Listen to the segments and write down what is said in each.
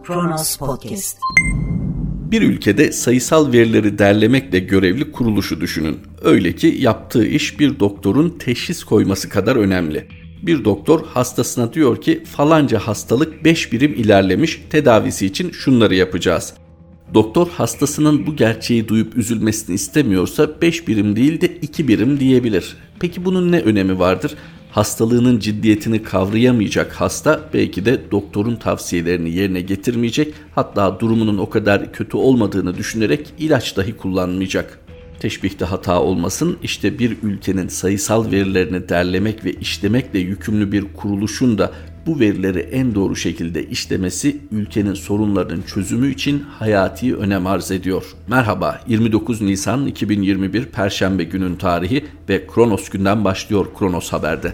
Kronos Podcast. Bir ülkede sayısal verileri derlemekle görevli kuruluşu düşünün. Öyle ki yaptığı iş bir doktorun teşhis koyması kadar önemli. Bir doktor hastasına diyor ki falanca hastalık 5 birim ilerlemiş, tedavisi için şunları yapacağız. Doktor hastasının bu gerçeği duyup üzülmesini istemiyorsa 5 birim değil de 2 birim diyebilir. Peki bunun ne önemi vardır? Hastalığının ciddiyetini kavrayamayacak hasta belki de doktorun tavsiyelerini yerine getirmeyecek, hatta durumunun o kadar kötü olmadığını düşünerek ilaç dahi kullanmayacak. Teşbihte hata olmasın, işte bir ülkenin sayısal verilerini derlemek ve işlemekle yükümlü bir kuruluşun da bu verileri en doğru şekilde işlemesi ülkenin sorunlarının çözümü için hayati önem arz ediyor. Merhaba, 29 Nisan 2021 Perşembe günün tarihi ve Kronos günden başlıyor Kronos Haber'de.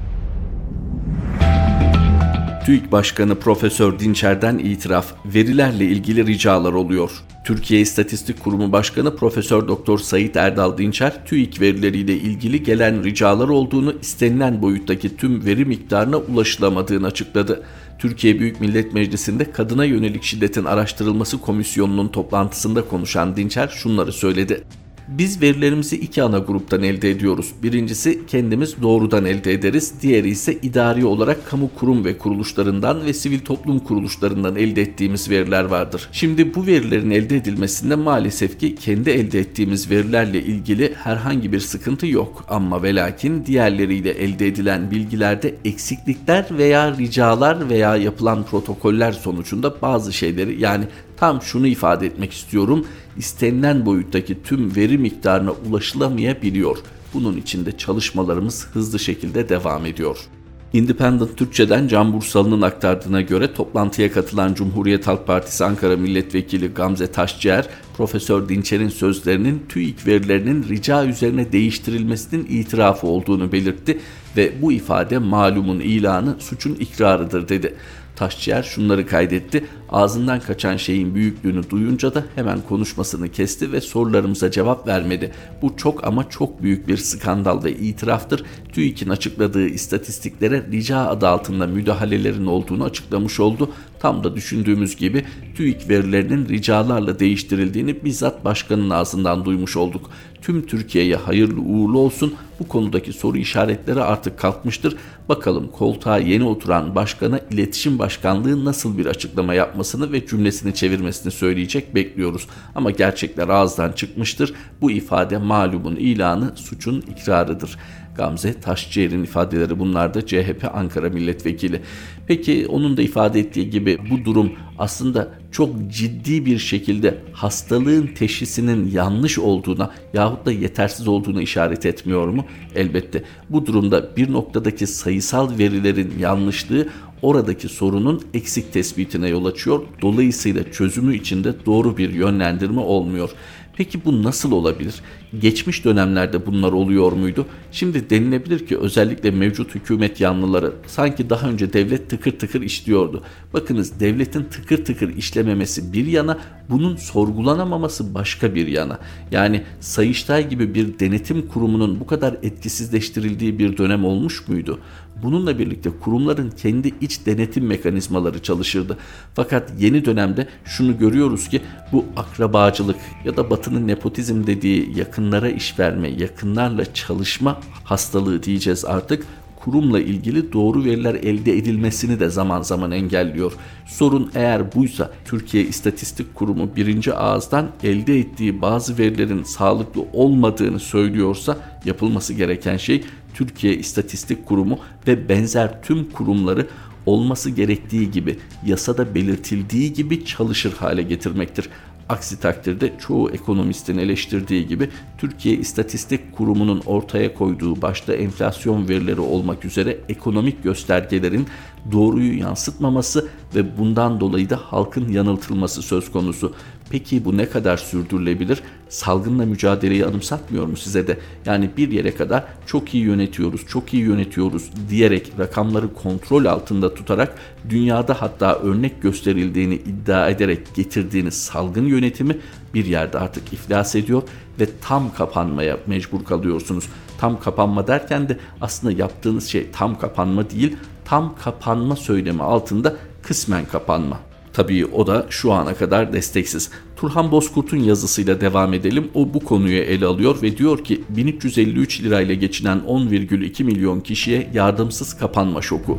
TÜİK Başkanı Profesör Dinçer'den itiraf, verilerle ilgili ricalar oluyor. Türkiye İstatistik Kurumu Başkanı Profesör Doktor Sayit Erdal Dinçer, TÜİK verileriyle ilgili gelen ricalar olduğunu, istenilen boyuttaki tüm veri miktarına ulaşılamadığını açıkladı. Türkiye Büyük Millet Meclisi'nde Kadına Yönelik Şiddetin Araştırılması Komisyonu'nun toplantısında konuşan Dinçer şunları söyledi. Biz verilerimizi iki ana gruptan elde ediyoruz. Birincisi kendimiz doğrudan elde ederiz. Diğeri ise idari olarak kamu kurum ve kuruluşlarından ve sivil toplum kuruluşlarından elde ettiğimiz veriler vardır. Şimdi bu verilerin elde edilmesinde maalesef ki kendi elde ettiğimiz verilerle ilgili herhangi bir sıkıntı yok. Ama ve lakin diğerleriyle elde edilen bilgilerde eksiklikler veya ricalar veya yapılan protokoller sonucunda bazı şeyleri, yani tam şunu ifade etmek istiyorum, istenilen boyuttaki tüm veri miktarına ulaşılamayabiliyor. Bunun için de çalışmalarımız hızlı şekilde devam ediyor. Independent Türkçe'den Can Bursalı'nın aktardığına göre toplantıya katılan Cumhuriyet Halk Partisi Ankara Milletvekili Gamze Taşciğer, Profesör Dinçer'in sözlerinin TÜİK verilerinin rica üzerine değiştirilmesinin itirafı olduğunu belirtti ve bu ifade malumun ilanı suçun ikrarıdır dedi. Taşciğer şunları kaydetti. Ağzından kaçan şeyin büyüklüğünü duyunca da hemen konuşmasını kesti ve sorularımıza cevap vermedi. Bu çok ama çok büyük bir skandal ve itiraftır. TÜİK'in açıkladığı istatistiklere rica adı altında müdahalelerin olduğunu açıklamış oldu. Tam da düşündüğümüz gibi TÜİK verilerinin ricalarla değiştirildiğini bizzat başkanın ağzından duymuş olduk. Tüm Türkiye'ye hayırlı uğurlu olsun. Bu konudaki soru işaretleri artık kalkmıştır. Bakalım koltuğa yeni oturan başkana iletişim başkanlığı nasıl bir açıklama yapmasını ve cümlesini çevirmesini söyleyecek, bekliyoruz. Ama gerçekler ağızdan çıkmıştır. Bu ifade malumun ilanı suçun ikrarıdır. Gamze Taşciğer'in ifadeleri bunlar da, CHP Ankara Milletvekili. Peki onun da ifade ettiği gibi bu durum aslında çok ciddi bir şekilde hastalığın teşhisinin yanlış olduğuna yahut da yetersiz olduğuna işaret etmiyor mu? Elbette. Bu durumda bir noktadaki sayısal verilerin yanlışlığı oradaki sorunun eksik tespitine yol açıyor. Dolayısıyla çözümü için de doğru bir yönlendirme olmuyor. Peki bu nasıl olabilir? Geçmiş dönemlerde bunlar oluyor muydu? Şimdi denilebilir ki özellikle mevcut hükümet yanlıları sanki daha önce devlet tıkır tıkır işliyordu. Bakınız, devletin tıkır tıkır işlememesi bir yana, bunun sorgulanamaması başka bir yana. Yani Sayıştay gibi bir denetim kurumunun bu kadar etkisizleştirildiği bir dönem olmuş muydu? Bununla birlikte kurumların kendi iç denetim mekanizmaları çalışırdı. Fakat yeni dönemde şunu görüyoruz ki bu akrabacılık ya da Batı'nın nepotizm dediği yakınlara iş verme, yakınlarla çalışma hastalığı diyeceğiz artık, kurumla ilgili doğru veriler elde edilmesini de zaman zaman engelliyor. Sorun eğer buysa, Türkiye İstatistik Kurumu birinci ağızdan elde ettiği bazı verilerin sağlıklı olmadığını söylüyorsa, yapılması gereken şey Türkiye İstatistik Kurumu ve benzer tüm kurumları olması gerektiği gibi, yasada belirtildiği gibi çalışır hale getirmektir. Aksi takdirde çoğu ekonomistin eleştirdiği gibi Türkiye İstatistik Kurumu'nun ortaya koyduğu başta enflasyon verileri olmak üzere ekonomik göstergelerin doğruyu yansıtmaması ve bundan dolayı da halkın yanıltılması söz konusu. Peki bu ne kadar sürdürülebilir? Salgınla mücadeleyi anımsatmıyor mu size de? Yani bir yere kadar çok iyi yönetiyoruz, çok iyi yönetiyoruz diyerek, rakamları kontrol altında tutarak, dünyada hatta örnek gösterildiğini iddia ederek getirdiğiniz salgın yönetimi bir yerde artık iflas ediyor ve tam kapanmaya mecbur kalıyorsunuz. Tam kapanma derken de aslında yaptığınız şey tam kapanma değil, tam kapanma söylemi altında kısmen kapanma. Tabii o da şu ana kadar desteksiz. Turhan Bozkurt'un yazısıyla devam edelim. O bu konuyu ele alıyor ve diyor ki 1353 lirayla geçinen 10,2 milyon kişiye yardımsız kapanma şoku.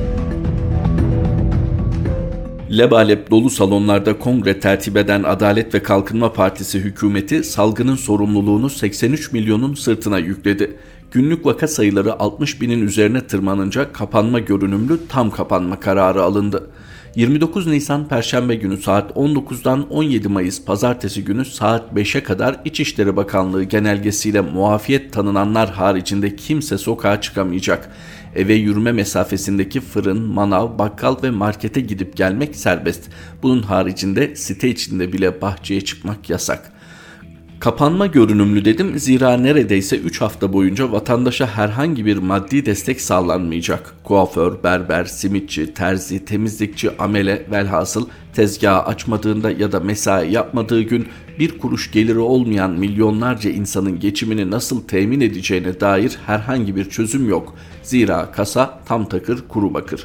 Lebalep dolu salonlarda kongre tertip eden Adalet ve Kalkınma Partisi hükümeti salgının sorumluluğunu 83 milyonun sırtına yükledi. Günlük vaka sayıları 60 binin üzerine tırmanınca kapanma görünümlü tam kapanma kararı alındı. 29 Nisan Perşembe günü saat 19'dan 17 Mayıs Pazartesi günü saat 5'e kadar İçişleri Bakanlığı genelgesiyle muafiyet tanınanlar haricinde kimse sokağa çıkamayacak. Eve yürüme mesafesindeki fırın, manav, bakkal ve markete gidip gelmek serbest. Bunun haricinde site içinde bile bahçeye çıkmak yasak. Kapanma görünümlü dedim zira neredeyse 3 hafta boyunca vatandaşa herhangi bir maddi destek sağlanmayacak. Kuaför, berber, simitçi, terzi, temizlikçi, amele velhasıl tezgahı açmadığında ya da mesai yapmadığı gün bir kuruş geliri olmayan milyonlarca insanın geçimini nasıl temin edeceğine dair herhangi bir çözüm yok. Zira kasa tam takır kuru bakır.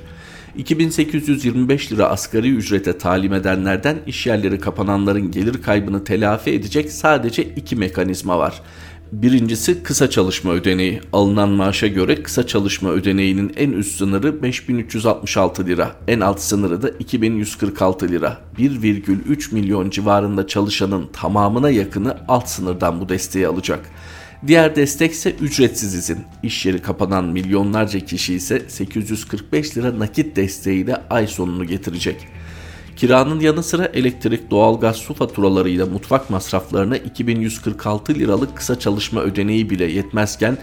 2825 lira asgari ücrete talim edenlerden işyerleri kapananların gelir kaybını telafi edecek sadece 2 mekanizma var. Birincisi kısa çalışma ödeneği. Alınan maaşa göre kısa çalışma ödeneğinin en üst sınırı 5366 lira, en alt sınırı da 2146 lira. 1,3 milyon civarında çalışanın tamamına yakını alt sınırdan bu desteği alacak. Diğer destek ise ücretsiz izin. İş yeri kapanan milyonlarca kişi ise 845 lira nakit desteğiyle ay sonunu getirecek. Kiranın yanı sıra elektrik, doğalgaz, su faturalarıyla mutfak masraflarına 2146 liralık kısa çalışma ödeneği bile yetmezken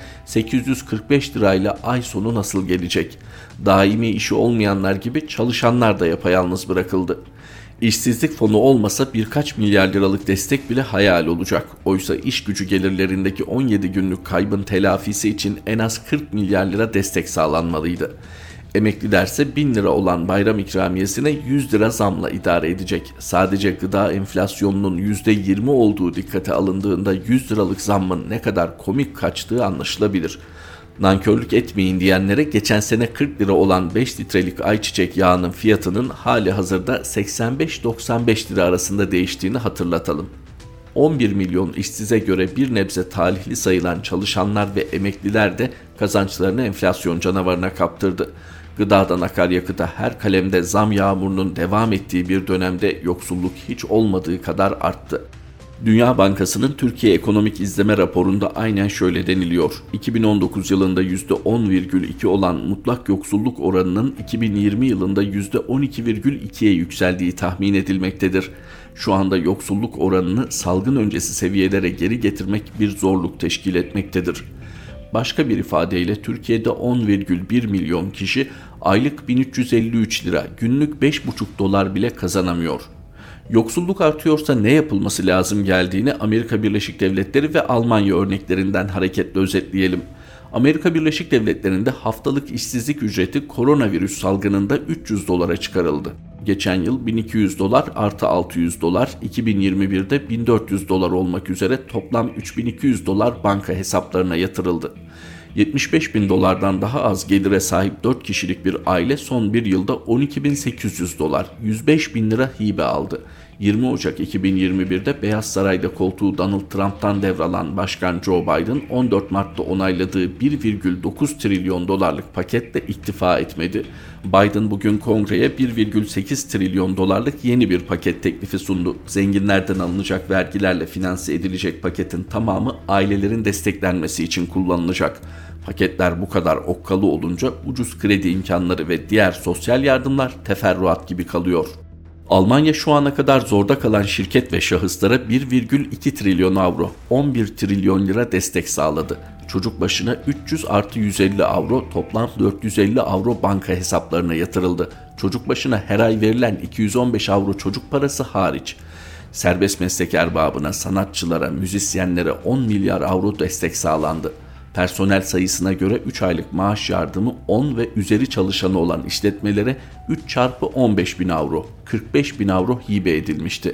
845 lirayla ay sonu nasıl gelecek? Daimi işi olmayanlar gibi çalışanlar da yapayalnız bırakıldı. İşsizlik fonu olmasa birkaç milyar liralık destek bile hayal olacak. Oysa iş gücü gelirlerindeki 17 günlük kaybın telafisi için en az 40 milyar lira destek sağlanmalıydı. Emeklilerse 1000 lira olan bayram ikramiyesine 100 lira zamla idare edecek. Sadece gıda enflasyonunun %20 olduğu dikkate alındığında 100 liralık zammın ne kadar komik kaçtığı anlaşılabilir. Nankörlük etmeyin diyenlere geçen sene 40 lira olan 5 litrelik ayçiçek yağının fiyatının hali hazırda 85-95 lira arasında değiştiğini hatırlatalım. 11 milyon işsize göre bir nebze talihli sayılan çalışanlar ve emekliler de kazançlarını enflasyon canavarına kaptırdı. Gıdadan akaryakıta her kalemde zam yağmurunun devam ettiği bir dönemde yoksulluk hiç olmadığı kadar arttı. Dünya Bankası'nın Türkiye Ekonomik İzleme raporunda aynen şöyle deniliyor. 2019 yılında %10,2 olan mutlak yoksulluk oranının 2020 yılında %12,2'ye yükseldiği tahmin edilmektedir. Şu anda yoksulluk oranını salgın öncesi seviyelere geri getirmek bir zorluk teşkil etmektedir. Başka bir ifadeyle Türkiye'de 10,1 milyon kişi aylık 1353 lira, günlük 5,5 dolar bile kazanamıyor. Yoksulluk artıyorsa ne yapılması lazım geldiğini Amerika Birleşik Devletleri ve Almanya örneklerinden hareketle özetleyelim. Amerika Birleşik Devletleri'nde haftalık işsizlik ücreti koronavirüs salgınında 300 dolara çıkarıldı. Geçen yıl 1200 dolar artı 600 dolar, 2021'de 1400 dolar olmak üzere toplam 3200 dolar banka hesaplarına yatırıldı. 75 bin dolardan daha az gelire sahip 4 kişilik bir aile son bir yılda 12.800 dolar, 105 bin lira hibe aldı. 20 Ocak 2021'de Beyaz Saray'da koltuğu Donald Trump'tan devralan Başkan Joe Biden 14 Mart'ta onayladığı 1,9 trilyon dolarlık paketle iktifa etmedi. Biden bugün kongreye 1,8 trilyon dolarlık yeni bir paket teklifi sundu. Zenginlerden alınacak vergilerle finanse edilecek paketin tamamı ailelerin desteklenmesi için kullanılacak. Paketler bu kadar okkalı olunca ucuz kredi imkanları ve diğer sosyal yardımlar teferruat gibi kalıyor. Almanya şu ana kadar zorda kalan şirket ve şahıslara 1,2 trilyon avro, 11 trilyon lira destek sağladı. Çocuk başına 300 artı 150 avro, toplam 450 avro banka hesaplarına yatırıldı. Çocuk başına her ay verilen 215 avro çocuk parası hariç. Serbest meslek erbabına, sanatçılara, müzisyenlere 10 milyar avro destek sağlandı. Personel sayısına göre 3 aylık maaş yardımı 10 ve üzeri çalışanı olan işletmelere 3 çarpı 15 bin avro, 45 bin avro hibe edilmişti.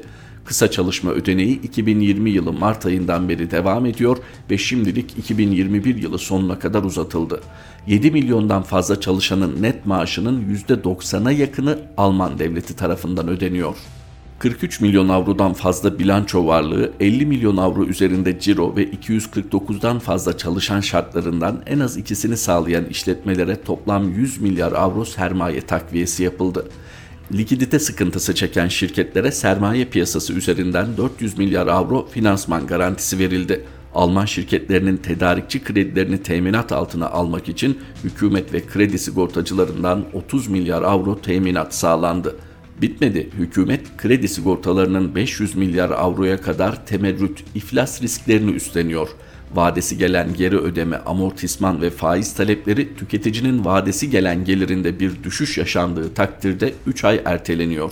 Kısa çalışma ödeneği 2020 yılı Mart ayından beri devam ediyor ve şimdilik 2021 yılı sonuna kadar uzatıldı. 7 milyondan fazla çalışanın net maaşının %90'a yakını Alman devleti tarafından ödeniyor. 43 milyon avrodan fazla bilanço varlığı, 50 milyon avro üzerinde ciro ve 249'dan fazla çalışan şartlarından en az ikisini sağlayan işletmelere toplam 100 milyar avro sermaye takviyesi yapıldı. Likidite sıkıntısı çeken şirketlere sermaye piyasası üzerinden 400 milyar avro finansman garantisi verildi. Alman şirketlerinin tedarikçi kredilerini teminat altına almak için hükümet ve kredi sigortacılarından 30 milyar avro teminat sağlandı. Bitmedi. Hükümet kredi sigortalarının 500 milyar avroya kadar temerrüt, iflas risklerini üstleniyor. Vadesi gelen geri ödeme, amortisman ve faiz talepleri tüketicinin vadesi gelen gelirinde bir düşüş yaşandığı takdirde 3 ay erteleniyor.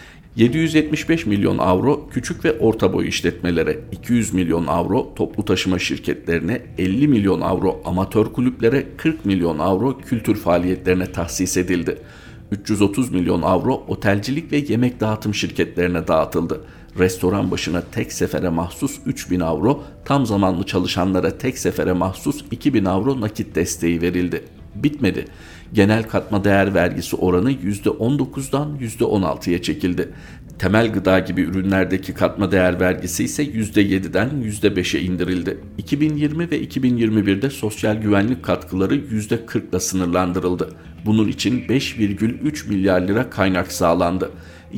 775 milyon avro küçük ve orta boy işletmelere, 200 milyon avro toplu taşıma şirketlerine, 50 milyon avro amatör kulüplere, 40 milyon avro kültür faaliyetlerine tahsis edildi. 330 milyon avro otelcilik ve yemek dağıtım şirketlerine dağıtıldı. Restoran başına tek sefere mahsus 3.000 avro, tam zamanlı çalışanlara tek sefere mahsus 2.000 avro nakit desteği verildi. Bitmedi. Genel katma değer vergisi oranı %19'dan %16'ya çekildi. Temel gıda gibi ürünlerdeki katma değer vergisi ise %7'den %5'e indirildi. 2020 ve 2021'de sosyal güvenlik katkıları %40'la sınırlandırıldı. Bunun için 5,3 milyar lira kaynak sağlandı.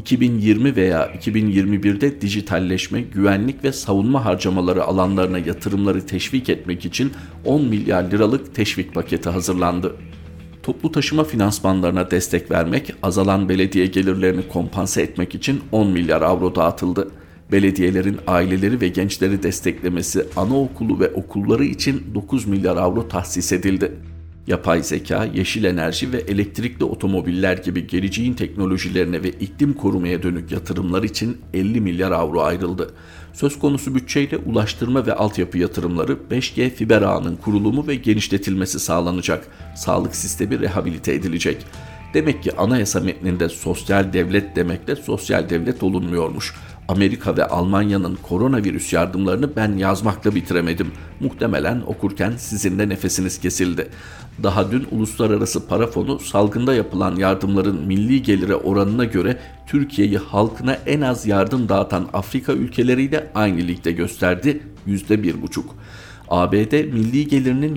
2020 veya 2021'de dijitalleşme, güvenlik ve savunma harcamaları alanlarına yatırımları teşvik etmek için 10 milyar liralık teşvik paketi hazırlandı. Toplu taşıma finansmanlarına destek vermek, azalan belediye gelirlerini kompanse etmek için 10 milyar avro dağıtıldı. Belediyelerin aileleri ve gençleri desteklemesi, anaokulu ve okulları için 9 milyar avro tahsis edildi. Yapay zeka, yeşil enerji ve elektrikli otomobiller gibi geleceğin teknolojilerine ve iklim korumaya dönük yatırımlar için 50 milyar avro ayrıldı. Söz konusu bütçeyle ulaştırma ve altyapı yatırımları, 5G fiber ağının kurulumu ve genişletilmesi sağlanacak. Sağlık sistemi rehabilite edilecek. Demek ki anayasa metninde sosyal devlet demekle sosyal devlet olunmuyormuş. Amerika ve Almanya'nın koronavirüs yardımlarını ben yazmakla bitiremedim. Muhtemelen okurken sizin de nefesiniz kesildi. Daha dün Uluslararası Para Fonu salgında yapılan yardımların milli gelire oranına göre Türkiye'yi halkına en az yardım dağıtan Afrika ülkeleriyle aynı ligde gösterdi, %1,5. ABD milli gelirinin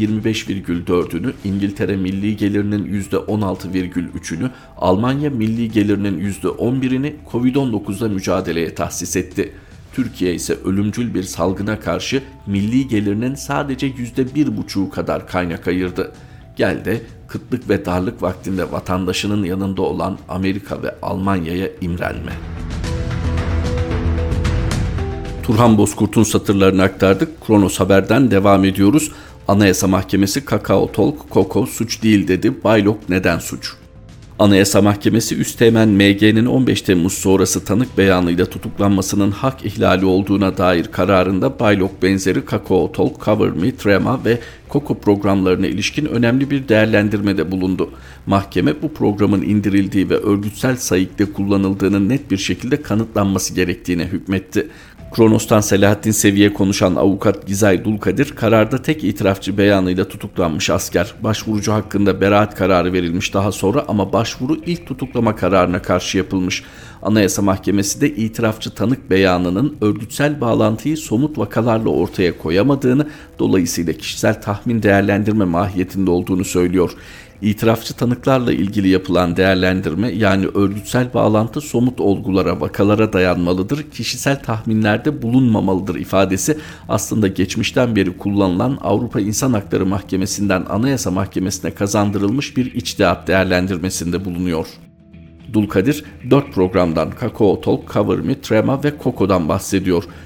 %25,4'ünü, İngiltere milli gelirinin %16,3'ünü, Almanya milli gelirinin %11'ini Covid-19'da mücadeleye tahsis etti. Türkiye ise ölümcül bir salgına karşı milli gelirinin sadece %1,5'u kadar kaynak ayırdı. Gel de kıtlık ve darlık vaktinde vatandaşının yanında olan Amerika ve Almanya'ya imrenme. Turhan Bozkurt'un satırlarını aktardık. Kronos Haber'den devam ediyoruz. Anayasa Mahkemesi Kakao Talk, Koko suç değil dedi. Baylok neden suç? Anayasa Mahkemesi Üsteğmen MG'nin 15 Temmuz sonrası tanık beyanıyla tutuklanmasının hak ihlali olduğuna dair kararında Baylok benzeri Kakao Talk, Cover Me, Trema ve Koko programlarına ilişkin önemli bir değerlendirmede bulundu. Mahkeme bu programın indirildiği ve örgütsel sayıkta kullanıldığının net bir şekilde kanıtlanması gerektiğine hükmetti. Kronos'tan Selahattin Sevi'ye konuşan avukat Gizay Dulkadir, kararda tek itirafçı beyanıyla tutuklanmış asker. Başvurucu hakkında beraat kararı verilmiş daha sonra ama başvuru ilk tutuklama kararına karşı yapılmış. Anayasa Mahkemesi de itirafçı tanık beyanının örgütsel bağlantıyı somut vakalarla ortaya koyamadığını, dolayısıyla kişisel tahmin değerlendirme mahiyetinde olduğunu söylüyor. İtirafçı tanıklarla ilgili yapılan değerlendirme, yani örgütsel bağlantı somut olgulara, vakalara dayanmalıdır, kişisel tahminlerde bulunmamalıdır ifadesi aslında geçmişten beri kullanılan Avrupa İnsan Hakları Mahkemesi'nden Anayasa Mahkemesi'ne kazandırılmış bir içtihat değerlendirmesinde bulunuyor. Dulkadir, 4 programdan Kakao Talk, Cover Me, Trema ve Koko'dan bahsediyor.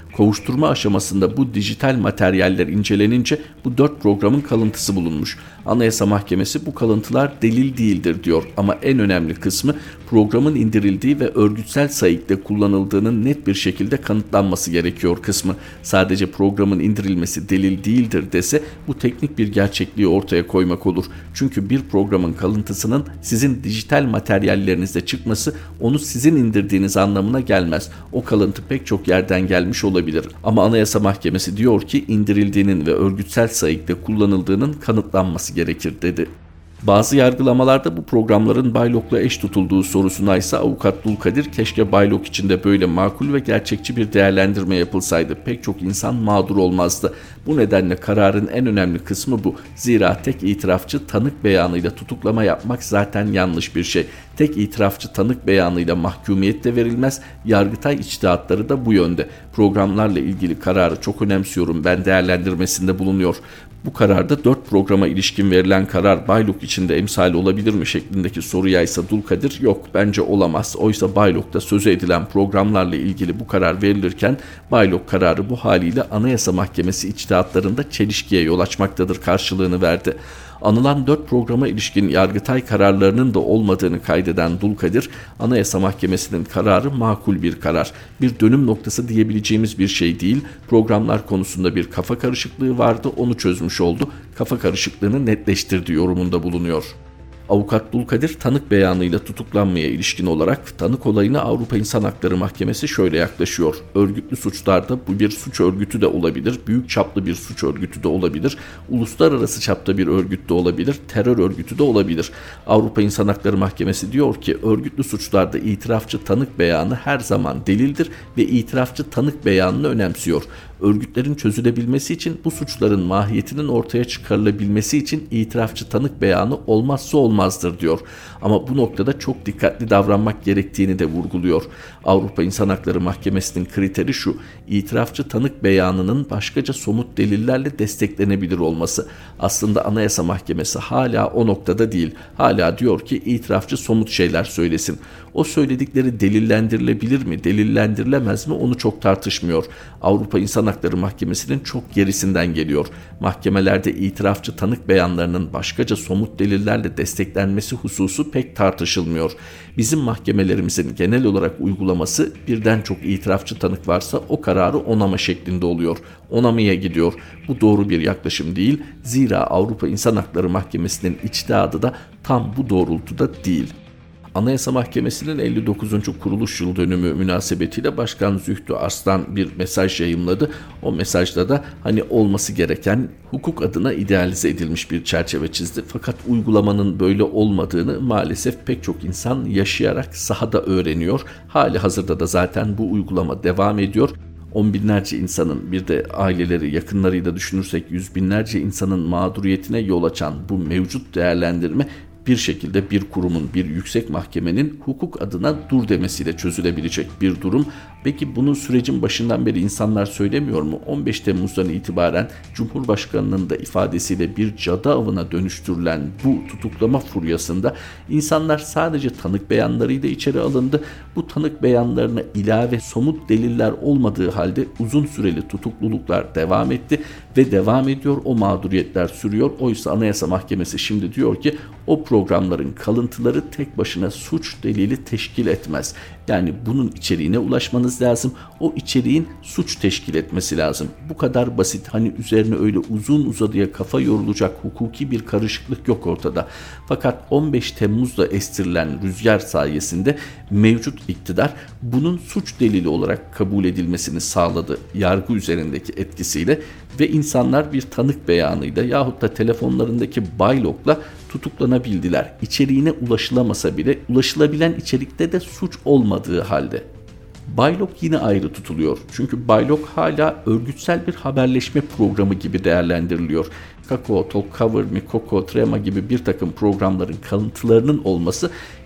Kovuşturma aşamasında bu dijital materyaller incelenince bu 4 programın kalıntısı bulunmuş. Anayasa Mahkemesi bu kalıntılar delil değildir diyor ama en önemli kısmı programın indirildiği ve örgütsel sayıkla kullanıldığının net bir şekilde kanıtlanması gerekiyor kısmı. Sadece programın indirilmesi delil değildir dese bu teknik bir gerçekliği ortaya koymak olur. Çünkü bir programın kalıntısının sizin dijital materyallerinizde çıkması onu sizin indirdiğiniz anlamına gelmez. O kalıntı pek çok yerden gelmiş olabilir. Ama Anayasa Mahkemesi diyor ki indirildiğinin ve örgütsel sayıkla kullanıldığının kanıtlanması gerekir dedi. Bazı yargılamalarda bu programların Baylok'la eş tutulduğu sorusuna ise avukat Dulkadir keşke Baylok içinde böyle makul ve gerçekçi bir değerlendirme yapılsaydı. Pek çok insan mağdur olmazdı. Bu nedenle kararın en önemli kısmı bu. Zira tek itirafçı tanık beyanıyla tutuklama yapmak zaten yanlış bir şey. Tek itirafçı tanık beyanıyla mahkumiyet de verilmez. Yargıtay içtihatları da bu yönde. Programlarla ilgili kararı çok önemsiyorum ben değerlendirmesinde bulunuyor. Bu kararda 4 programa ilişkin verilen karar Baylok içinde emsali olabilir mi şeklindeki soruya ise Dulkadir yok bence olamaz. Oysa Baylok'ta sözü edilen programlarla ilgili bu karar verilirken Baylok kararı bu haliyle Anayasa Mahkemesi içtihatlarında çelişkiye yol açmaktadır karşılığını verdi. Anılan 4 programa ilişkin Yargıtay kararlarının da olmadığını kaydeden Dulkadir, Anayasa Mahkemesi'nin kararı makul bir karar. Bir dönüm noktası diyebileceğimiz bir şey değil, programlar konusunda bir kafa karışıklığı vardı, onu çözmüş oldu, kafa karışıklığını netleştirdi yorumunda bulunuyor. Avukat Dulkadir tanık beyanıyla tutuklanmaya ilişkin olarak tanık olayına Avrupa İnsan Hakları Mahkemesi şöyle yaklaşıyor. Örgütlü suçlarda bu bir suç örgütü de olabilir, büyük çaplı bir suç örgütü de olabilir, uluslararası çapta bir örgüt de olabilir, terör örgütü de olabilir. Avrupa İnsan Hakları Mahkemesi diyor ki örgütlü suçlarda itirafçı tanık beyanı her zaman delildir ve itirafçı tanık beyanını önemsiyor. Örgütlerin çözülebilmesi için bu suçların mahiyetinin ortaya çıkarılabilmesi için itirafçı tanık beyanı olmazsa olmazdır diyor. Ama bu noktada çok dikkatli davranmak gerektiğini de vurguluyor. Avrupa İnsan Hakları Mahkemesi'nin kriteri şu: itirafçı tanık beyanının başkaca somut delillerle desteklenebilir olması. Aslında Anayasa Mahkemesi hala o noktada değil. Hala diyor ki itirafçı somut şeyler söylesin. O söyledikleri delillendirilebilir mi, delillendirilemez mi onu çok tartışmıyor. Avrupa İnsan Hakları Mahkemesi'nin çok gerisinden geliyor. Mahkemelerde itirafçı tanık beyanlarının başkaca somut delillerle desteklenmesi hususu pek tartışılmıyor. Bizim mahkemelerimizin genel olarak uygulaması birden çok itirafçı tanık varsa o kararı onama şeklinde oluyor. Onamaya gidiyor. Bu doğru bir yaklaşım değil. Zira Avrupa İnsan Hakları Mahkemesi'nin içtihadı da tam bu doğrultuda değil. Anayasa Mahkemesi'nin 59. kuruluş yıl dönümü münasebetiyle Başkan Zühtü Arslan bir mesaj yayımladı. O mesajda da olması gereken hukuk adına idealize edilmiş bir çerçeve çizdi. Fakat uygulamanın böyle olmadığını maalesef pek çok insan yaşayarak sahada öğreniyor. Hali hazırda da zaten bu uygulama devam ediyor. On binlerce insanın, bir de aileleri, yakınlarıyla düşünürsek yüz binlerce insanın mağduriyetine yol açan bu mevcut değerlendirme bir şekilde bir kurumun, bir yüksek mahkemenin hukuk adına dur demesiyle çözülebilecek bir durum. Peki bunu sürecin başından beri insanlar söylemiyor mu? 15 Temmuz'dan itibaren Cumhurbaşkanı'nın da ifadesiyle bir cadı avına dönüştürülen bu tutuklama furyasında insanlar sadece tanık beyanlarıyla içeri alındı. Bu tanık beyanlarına ilave somut deliller olmadığı halde uzun süreli tutukluluklar devam etti ve devam ediyor. O mağduriyetler sürüyor. Oysa Anayasa Mahkemesi şimdi diyor ki o programların kalıntıları tek başına suç delili teşkil etmez. Yani bunun içeriğine ulaşmanız lazım. O içeriğin suç teşkil etmesi lazım. Bu kadar basit. Üzerine öyle uzun uzadıya kafa yorulacak hukuki bir karışıklık yok ortada. Fakat 15 Temmuz'da estirilen rüzgar sayesinde mevcut iktidar bunun suç delili olarak kabul edilmesini sağladı yargı üzerindeki etkisiyle ve insanlar bir tanık beyanıyla yahut da telefonlarındaki Baylok'la tutuklanabildiler. İçeriğine ulaşılamasa bile ulaşılabilen içerikte de suç olmadığı halde. Baylok yine ayrı tutuluyor. Çünkü Baylok hala örgütsel bir haberleşme programı gibi değerlendiriliyor. Kakao, Talk Cover Me, Koko, Trema gibi bir takım programların kalıntılarının olması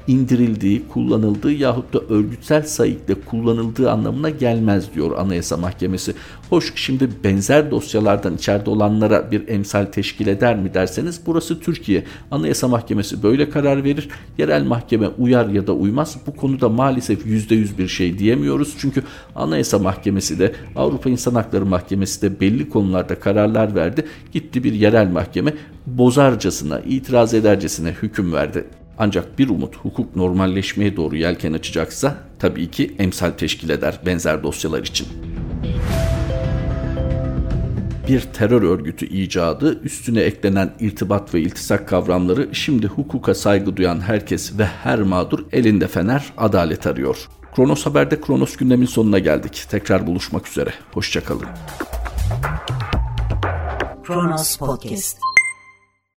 indirildiği, kullanıldığı yahut da örgütsel sayıkla kullanıldığı anlamına gelmez diyor Anayasa Mahkemesi. Hoş, şimdi benzer dosyalardan içeride olanlara bir emsal teşkil eder mi derseniz, burası Türkiye. Anayasa Mahkemesi böyle karar verir. Yerel mahkeme uyar ya da uymaz. Bu konuda maalesef %100 bir şey diyemiyoruz. Çünkü Anayasa Mahkemesi de Avrupa İnsan Hakları Mahkemesi de belli konularda kararlar verdi. Gitti bir yerel mahkeme bozarcasına, itiraz edercesine hüküm verdi. Ancak bir umut, hukuk normalleşmeye doğru yelken açacaksa tabii ki emsal teşkil eder benzer dosyalar için. Bir terör örgütü icadı, üstüne eklenen irtibat ve iltisak kavramları, şimdi hukuka saygı duyan herkes ve her mağdur elinde fener adalet arıyor. Kronos Haber'de Kronos gündemin sonuna geldik. Tekrar buluşmak üzere. Hoşça kalın. Kronos Podcast.